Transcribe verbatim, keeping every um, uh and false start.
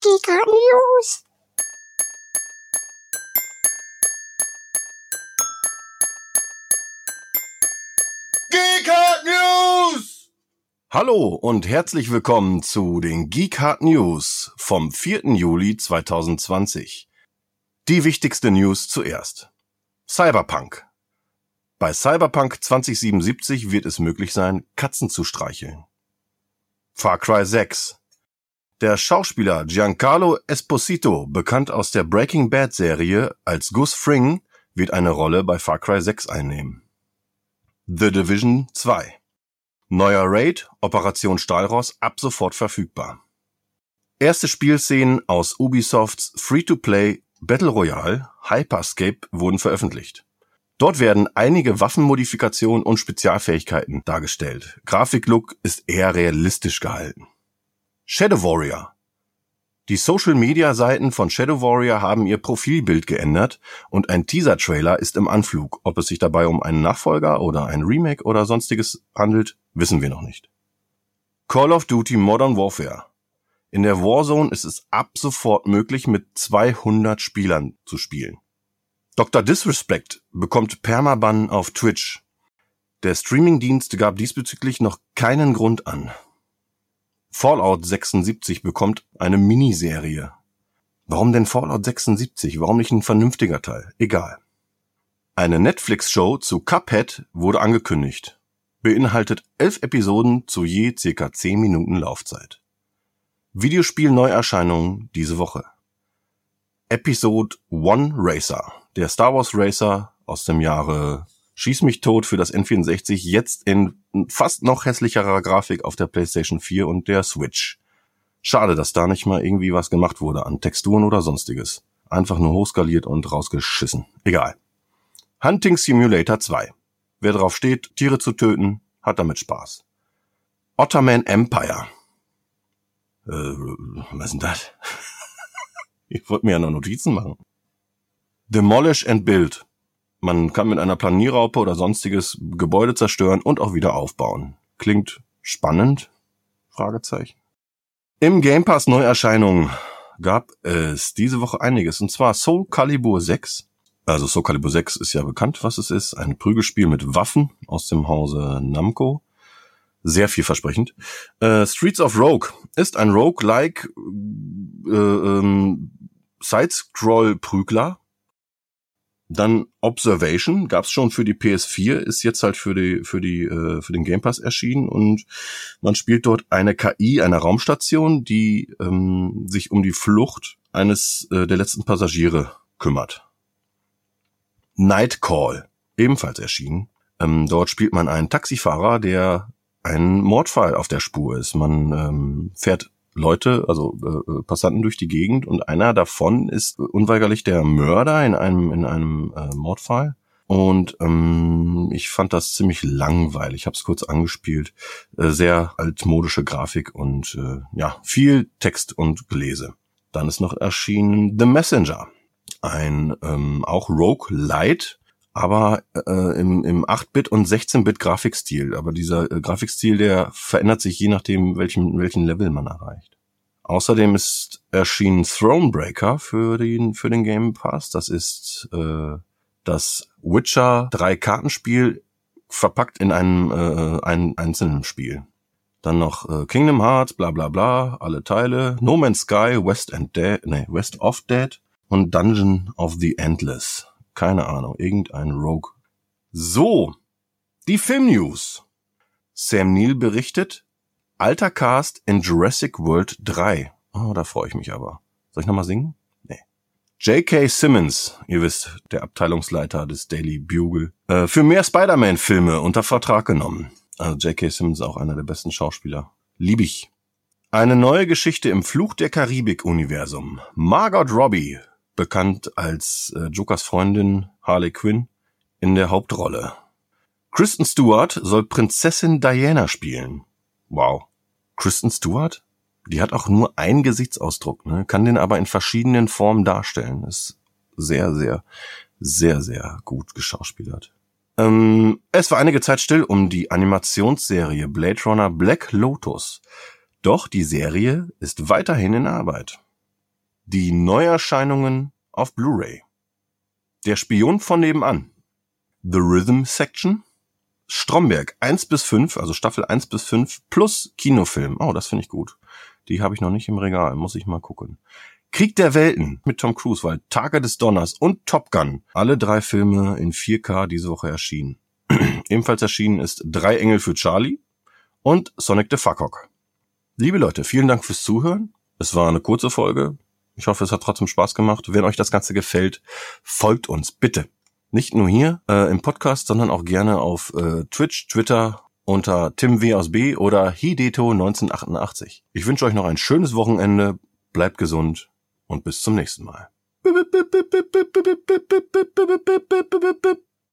Geek News. Geek News! Hallo und herzlich willkommen zu den Geek News vom vierten Juli zweitausendzwanzig. Die wichtigste News zuerst. Cyberpunk. Bei Cyberpunk zwanzig siebenundsiebzig wird es möglich sein, Katzen zu streicheln. Far Cry sechs. Der Schauspieler Giancarlo Esposito, bekannt aus der Breaking Bad Serie als Gus Fring, wird eine Rolle bei Far Cry sechs einnehmen. The Division zwei. Neuer Raid, Operation Stahlross, ab sofort verfügbar. Erste Spielszenen aus Ubisofts Free-to-Play Battle Royale Hyperscape wurden veröffentlicht. Dort werden einige Waffenmodifikationen und Spezialfähigkeiten dargestellt. Grafiklook ist eher realistisch gehalten. Shadow Warrior. Die Social-Media-Seiten von Shadow Warrior haben ihr Profilbild geändert und ein Teaser-Trailer ist im Anflug. Ob es sich dabei um einen Nachfolger oder ein Remake oder sonstiges handelt, wissen wir noch nicht. Call of Duty Modern Warfare. In der Warzone ist es ab sofort möglich, mit zweihundert Spielern zu spielen. Doktor Disrespect bekommt Permaban auf Twitch. Der Streamingdienst gab diesbezüglich noch keinen Grund an. Fallout sechsundsiebzig bekommt eine Miniserie. Warum denn Fallout sechsundsiebzig? Warum nicht ein vernünftiger Teil? Egal. Eine Netflix-Show zu Cuphead wurde angekündigt. Beinhaltet elf Episoden zu je circa zehn Minuten Laufzeit. Videospiel-Neuerscheinungen diese Woche. Episode One Racer. Der Star Wars Racer aus dem Jahre Schieß mich tot für das N vierundsechzig, jetzt in fast noch hässlicherer Grafik auf der PlayStation vier und der Switch. Schade, dass da nicht mal irgendwie was gemacht wurde an Texturen oder sonstiges. Einfach nur hochskaliert und rausgeschissen. Egal. Hunting Simulator zwei. Wer drauf steht, Tiere zu töten, hat damit Spaß. Ottoman Empire. Äh, was ist denn das? Ich wollte mir ja noch Notizen machen. Demolish and Build. Man kann mit einer Planierraupe oder sonstiges Gebäude zerstören und auch wieder aufbauen. Klingt spannend? Fragezeichen. Im Game Pass Neuerscheinungen gab es diese Woche einiges. Und zwar Soul Calibur sechs. Also Soul Calibur sechs ist ja bekannt, was es ist. Ein Prügelspiel mit Waffen aus dem Hause Namco. Sehr vielversprechend. Äh, Streets of Rogue ist ein Roguelike äh, ähm, Side-Scroll-Prügler. Dann Observation gab's schon für die P S vier, ist jetzt halt für die für die äh, für den Game Pass erschienen und man spielt dort eine K I einer Raumstation, die ähm, sich um die Flucht eines äh, der letzten Passagiere kümmert. Nightcall, ebenfalls erschienen. Ähm, dort spielt man einen Taxifahrer, der einen Mordfall auf der Spur ist. Man ähm, fährt Leute, also äh, Passanten durch die Gegend und einer davon ist unweigerlich der Mörder in einem in einem äh, Mordfall und ähm, ich fand das ziemlich langweilig. Ich habe es kurz angespielt, äh, sehr altmodische Grafik und äh, ja viel Text und Gelese. Dann ist noch erschienen The Messenger, ein ähm, auch Roguelite, aber äh, im, im acht-Bit und sechzehn-Bit Grafikstil. Aber dieser äh, Grafikstil, der verändert sich je nachdem, welchen, welchen Level man erreicht. Außerdem ist erschienen Thronebreaker für den, für den Game Pass. Das ist äh, das Witcher drei Kartenspiel verpackt in einem äh, ein, einzelnen Spiel. Dann noch äh, Kingdom Hearts, bla bla bla, alle Teile. No Man's Sky, West and Dead, nee, West of Dead und Dungeon of the Endless. Keine Ahnung, irgendein Rogue. So, die Filmnews. Sam Neill berichtet, alter Cast in Jurassic World drei. Oh, da freue ich mich aber. Soll ich nochmal singen? Nee. J K. Simmons, ihr wisst, der Abteilungsleiter des Daily Bugle, äh, für mehr Spider-Man-Filme unter Vertrag genommen. Also J K. Simmons, auch einer der besten Schauspieler. Lieb ich. Eine neue Geschichte im Fluch der Karibik-Universum. Margot Robbie, bekannt als äh, Jokers Freundin Harley Quinn, in der Hauptrolle. Kristen Stewart soll Prinzessin Diana spielen. Wow. Kristen Stewart? Die hat auch nur einen Gesichtsausdruck, ne? Kann den aber in verschiedenen Formen darstellen. Ist sehr, sehr, sehr, sehr gut geschauspielert. Ähm, es war einige Zeit still um die Animationsserie Blade Runner Black Lotus. Doch die Serie ist weiterhin in Arbeit. Die Neuerscheinungen auf Blu-ray. Der Spion von nebenan. The Rhythm Section. Stromberg eins bis fünf, also Staffel eins bis fünf plus Kinofilm. Oh, das finde ich gut. Die habe ich noch nicht im Regal, muss ich mal gucken. Krieg der Welten mit Tom Cruise, weil Tage des Donners und Top Gun. Alle drei Filme in vier K diese Woche erschienen. Ebenfalls erschienen ist Drei Engel für Charlie und Sonic the Fuckhock. Liebe Leute, vielen Dank fürs Zuhören. Es war eine kurze Folge. Ich hoffe, es hat trotzdem Spaß gemacht. Wenn euch das Ganze gefällt, folgt uns bitte. Nicht nur hier äh, im Podcast, sondern auch gerne auf äh, Twitch, Twitter unter Tim W. aus B oder Hideto neunzehnhundertachtundachtzig. Ich wünsche euch noch ein schönes Wochenende. Bleibt gesund und bis zum nächsten Mal.